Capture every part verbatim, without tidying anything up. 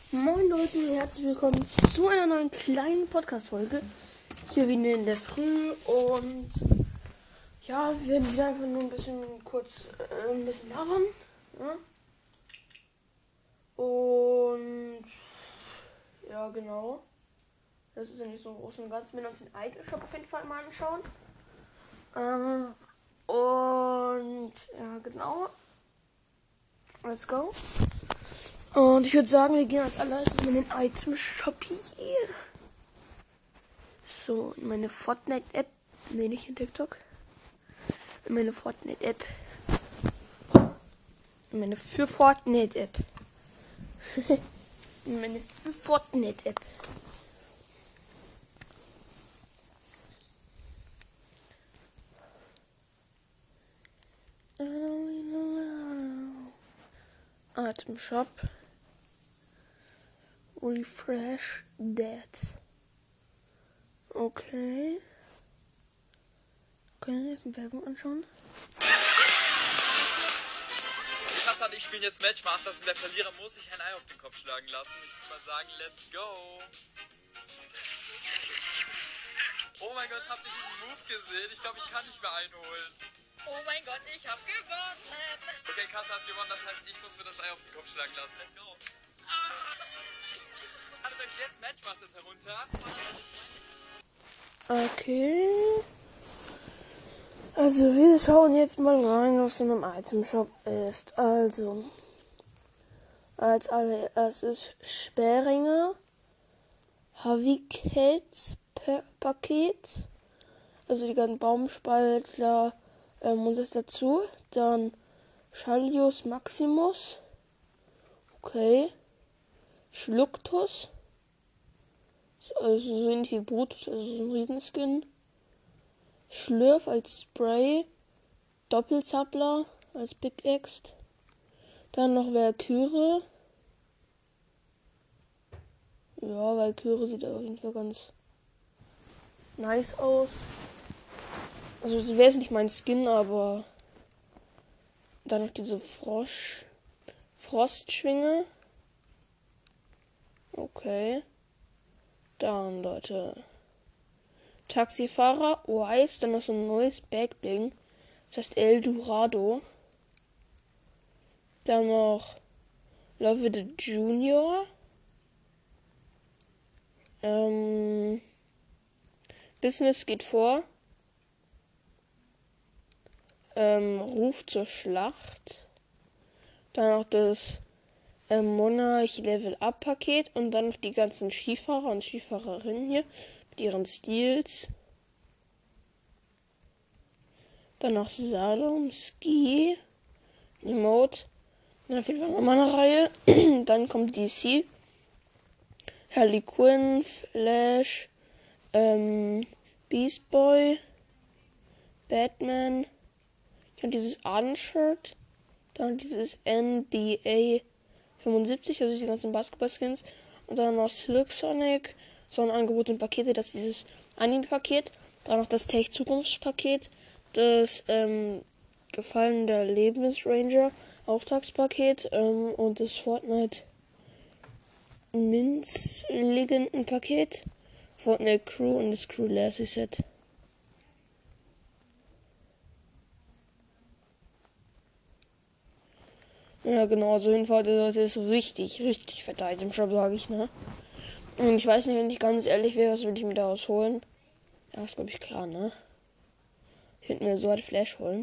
Moin Leute, herzlich willkommen zu einer neuen kleinen Podcast-Folge. Hier wieder in der Früh und ja, wir werden wieder einfach nur ein bisschen kurz äh, ein bisschen labern. Ja? Und ja, genau. Das ist ja nicht so groß und ganz. Wir werden uns den Idle-Shop auf jeden Fall mal anschauen. Ähm, und ja, genau. Let's go. Und ich würde sagen, wir gehen als allererstes in den Item-Shop hier. So, in meine Fortnite-App. Ne, nicht in TikTok. In meine Fortnite-App. In meine für Fortnite-App. in meine für Fortnite-App. Item Shop. Refresh that. Okay. Können wir Werbung anschauen? Katan, ich spiele jetzt Matchmasters und der Verlierer muss sich ein Ei auf den Kopf schlagen lassen. Ich würde mal sagen, let's go. Oh mein Gott, habt ihr diesen Move gesehen? Ich glaube, ich kann nicht mehr einholen. Oh mein Gott, ich hab gewonnen. Okay, Katan hat gewonnen, das heißt, ich muss mir das Ei auf den Kopf schlagen lassen. Let's go. Ladet euch jetzt Matchmasters herunter. Okay. Also wir schauen jetzt mal rein, was in einem Item-Shop ist. Also, als allererstes Sperringe, Havikate-Paket, also die ganzen Baumspaltler ähm, und das dazu. Dann Schalius Maximus, okay, Schluctus, also so ähnlich wie Brutus, also so ein Riesenskin. Schlürf als Spray, Doppelzappler als Pickaxe, dann noch Valkyrie. Ja, Valkyrie sieht auf jeden Fall ganz nice aus. Also sie wäre jetzt nicht mein Skin, aber dann noch diese Frosch, Frostschwinge. Okay. Dann, Leute. Taxifahrer, Wise, dann noch so ein neues Backbling. Das heißt El Dorado. Dann noch Love the Junior. Ähm, Business geht vor. Ähm, Ruf zur Schlacht. Dann noch das ähm, Monarch Level Up Paket. Und dann noch die ganzen Skifahrer und Skifahrerinnen hier. Mit ihren Stils. Dann noch Salom, Ski, Emote. Dann auf jeden Fall nochmal eine Reihe. Dann kommt D C. Harley Quinn, Flash, ähm, Beast Boy, Batman. Dann dieses Arden-Shirt. Dann dieses N B A fünfundsiebzig, also die ganzen Basketball-Skins. Und dann noch Silk Sonic. So ein Angebot und Pakete, das ist dieses Anime-Paket. Dann noch das Tech-Zukunftspaket. Das ähm, Gefallen der Lebensranger Auftragspaket ähm, und das Fortnite Minz Legendenpaket, Fortnite Crew und das Crew Lassie Set. Ja genau, also jedenfalls das ist richtig, richtig fett Item Shop, sage ich, ne? Und ich weiß nicht, wenn ich ganz ehrlich wäre, was würde ich mir daraus holen? Ja, ist glaube ich klar, ne? Ich würde mir so ein Flash holen.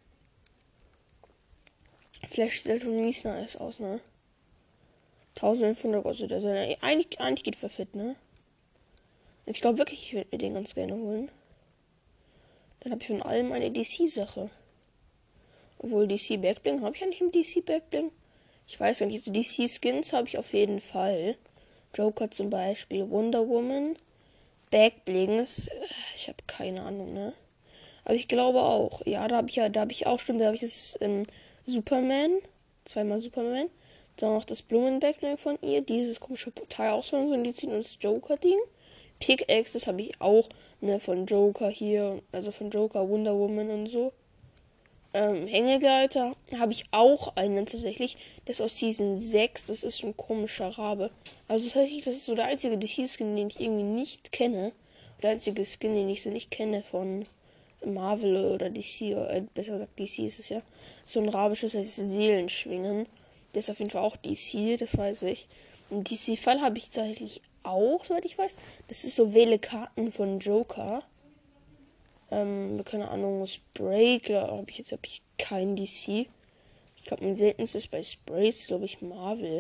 Flash sieht schon mies nice aus, ne? eintausendfünfhundert kostet das. Eigentlich, eigentlich geht für fit, ne? Ich glaube wirklich, ich würde mir den ganz gerne holen. Dann habe ich von allem eine D C-Sache. Obwohl D C Backbling, habe ich eigentlich einen D C Backbling? Ich weiß gar nicht. Also D C Skins habe ich auf jeden Fall. Joker zum Beispiel, Wonder Woman. Backblings, ich habe keine Ahnung, ne? Aber ich glaube auch. Ja, da habe ich ja, da habe ich auch, stimmt, da habe ich das ähm, Superman. Zweimal Superman. Dann noch das Blumen-Backbling von ihr. Dieses komische Portal auch so ein Lied und das Joker-Ding. Pickaxe, das habe ich auch, ne, von Joker hier. Also von Joker, Wonder Woman und so. Ähm, Hängegleiter habe ich auch einen tatsächlich. Der ist aus Season sechs. Das ist so ein komischer Rabe. Also tatsächlich, das ist so der einzige D C-Skin, den ich irgendwie nicht kenne. Der einzige Skin, den ich so nicht kenne von Marvel oder D C. Äh, besser gesagt, D C ist es ja. So ein Rabisches heißt Seelenschwingen. Der ist auf jeden Fall auch D C, das weiß ich. Einen D C-Fall habe ich tatsächlich auch, soweit ich weiß. Das ist so wähle Karten von Joker. Ähm, keine Ahnung, Spray, glaube ich, jetzt habe ich kein D C. Ich glaube, mein seltenstes bei Spray ist, glaube ich, Marvel.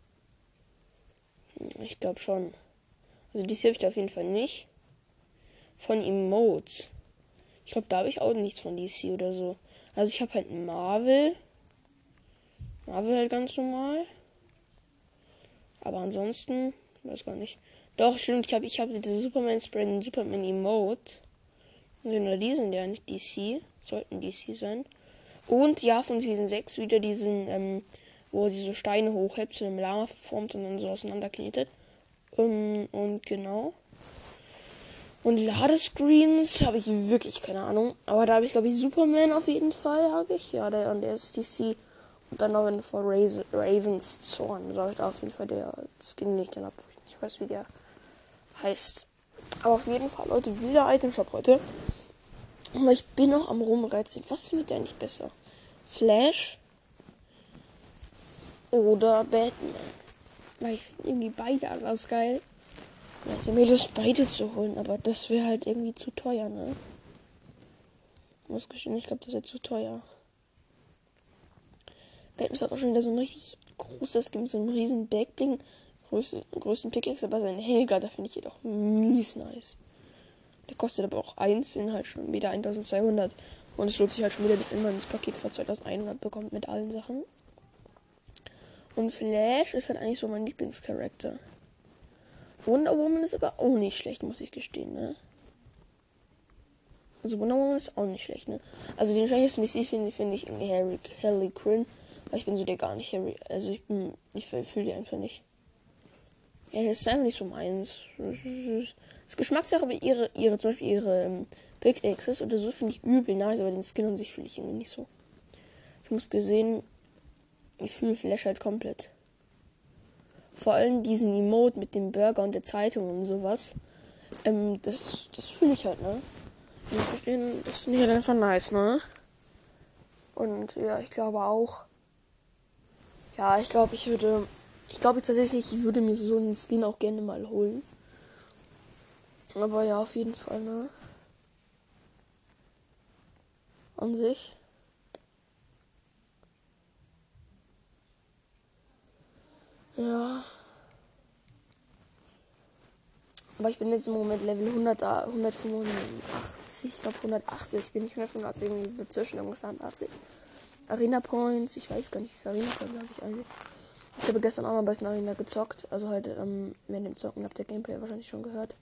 Ich glaube schon. Also D C habe ich da auf jeden Fall nicht. Von Emotes. Ich glaube, da habe ich auch nichts von D C oder so. Also ich habe halt Marvel. Marvel halt ganz normal. Aber ansonsten, weiß gar nicht. Doch, stimmt, ich habe ich hab diese Superman-Spray und Superman-Emote. Oder die sind ja nicht D C. Sollten D C sein. Und ja, von Season sechs wieder diesen, ähm, wo er diese Steine hochhebt, zu einem Lama verformt und dann so auseinanderknetet. Um, und genau. Und Ladescreens habe ich wirklich keine Ahnung. Aber da habe ich, glaube ich, Superman auf jeden Fall, habe ich. Ja, der, und der ist D C. Und dann noch eine von Ravens Zorn. So habe ich da auf jeden Fall der Skin nicht dann ab. Ich weiß, wie der heißt. Aber auf jeden Fall, Leute, wieder Itemshop heute. Aber ich bin noch am Rumreizen. Was findet ihr eigentlich besser? Flash oder Batman? Weil ich finde irgendwie beide anders geil. Ja, ich habe mir Lust, beide zu holen, aber das wäre halt irgendwie zu teuer, ne? Ich muss gestehen, ich glaube, das wäre zu teuer. Batman hat auch schon wieder so ein richtig großes, gibt so einen riesen Backbling, größten, größten Pickaxe, aber seinen Hängegleiter finde ich jedoch mies nice. Der kostet aber auch einzeln halt schon wieder eintausendzweihundert. Und es lohnt sich halt schon wieder, wenn man das Paket für zweitausendeinhundert bekommt mit allen Sachen. Und Flash ist halt eigentlich so mein Lieblingscharakter. Wonder Woman ist aber auch nicht schlecht, muss ich gestehen, ne? Also Wonder Woman ist auch nicht schlecht, ne? Also den schlechtesten D C finde find ich irgendwie Harry, Harley Quinn. Weil ich bin so der gar nicht Harry. Also ich bin, ich fühle die einfach nicht. Ja, das ist einfach nicht so meins. Das Geschmackssache, aber ihre, ihre, zum Beispiel ihre ähm, Pickaxes oder so finde ich übel nice, aber den Skin an sich fühle ich irgendwie nicht so. Ich muss gesehen, ich fühle Flash halt komplett. Vor allem diesen Emote mit dem Burger und der Zeitung und sowas. Ähm, das, das fühle ich halt, ne? Ich muss gestehen, das finde ich halt einfach nice, ne? Und ja, ich glaube auch. Ja, ich glaube, ich würde. Ich glaube tatsächlich, ich würde mir so einen Skin auch gerne mal holen. Aber ja, auf jeden Fall, ne? An sich. Ja. Aber ich bin jetzt im Moment Level hundert, hundertfünfundachtzig, ich glaube hundertachtzig. Ich bin nicht hundertfünfundachtzig, irgendwie dazwischen, irgendwas hundertachtzig. Arena Points, ich weiß gar nicht, wie viele Arena Points habe ich eigentlich. Ich habe gestern auch mal bei Arena gezockt. Also halt, ähm, während dem Zocken habt ihr Gameplay wahrscheinlich schon gehört.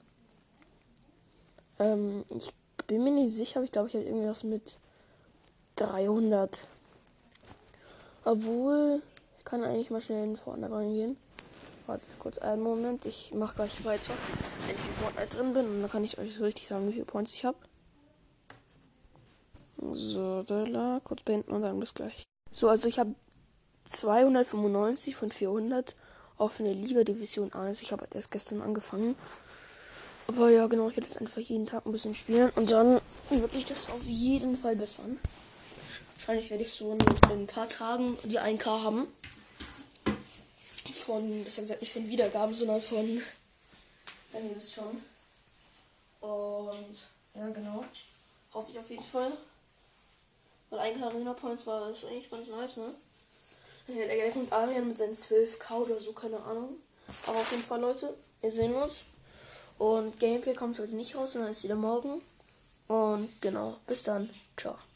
Ähm, ich bin mir nicht sicher, aber ich glaube, ich habe irgendwas mit dreihundert. Obwohl, ich kann eigentlich mal schnell in vorne reingehen. Wartet kurz einen Moment, ich mache gleich weiter, wenn ich in Fortnite drin bin. Und dann kann ich euch so richtig sagen, wie viele Points ich habe. So, da, kurz beenden und dann bis gleich. So, also ich habe zweihundertfünfundneunzig von vierhundert auf eine Liga-Division eins. Ich habe halt erst gestern angefangen. Aber ja, genau, ich werde jetzt einfach jeden Tag ein bisschen spielen. Und dann wird sich das auf jeden Fall bessern. Wahrscheinlich werde ich so in, in ein paar Tagen die ein K haben. Von, besser gesagt, nicht von Wiedergaben, sondern von, ja, ihr wisst schon. Und, ja, genau. Hoffe ich auf jeden Fall. Weil ein K Arena Points war das eigentlich ganz nice, ne? Der kommt Arian mit seinen zwölf K oder so, keine Ahnung. Aber auf jeden Fall, Leute, wir sehen uns. Und Gameplay kommt heute nicht raus, sondern ist wieder morgen. Und genau, bis dann. Ciao.